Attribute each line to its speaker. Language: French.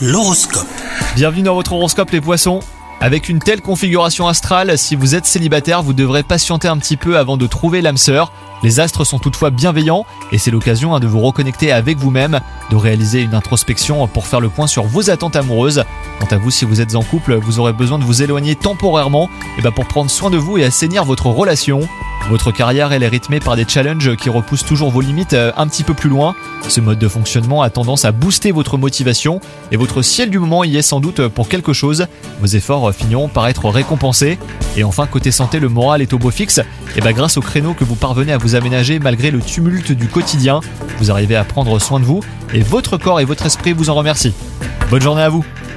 Speaker 1: L'horoscope.
Speaker 2: Bienvenue dans votre horoscope les poissons. Avec une telle configuration astrale, si vous êtes célibataire, vous devrez patienter un petit peu avant de trouver l'âme sœur. Les astres sont toutefois bienveillants et c'est l'occasion de vous reconnecter avec vous-même, de réaliser une introspection pour faire le point sur vos attentes amoureuses. Quant à vous, si vous êtes en couple, vous aurez besoin de vous éloigner temporairement pour prendre soin de vous et assainir votre relation. Votre carrière elle est rythmée par des challenges qui repoussent toujours vos limites un petit peu plus loin. Ce mode de fonctionnement a tendance à booster votre motivation et votre ciel du moment y est sans doute pour quelque chose. Vos efforts finiront par être récompensés. Et enfin, côté santé, le moral est au beau fixe. Grâce au créneau que vous parvenez à vous aménager malgré le tumulte du quotidien, vous arrivez à prendre soin de vous et votre corps et votre esprit vous en remercient. Bonne journée à vous.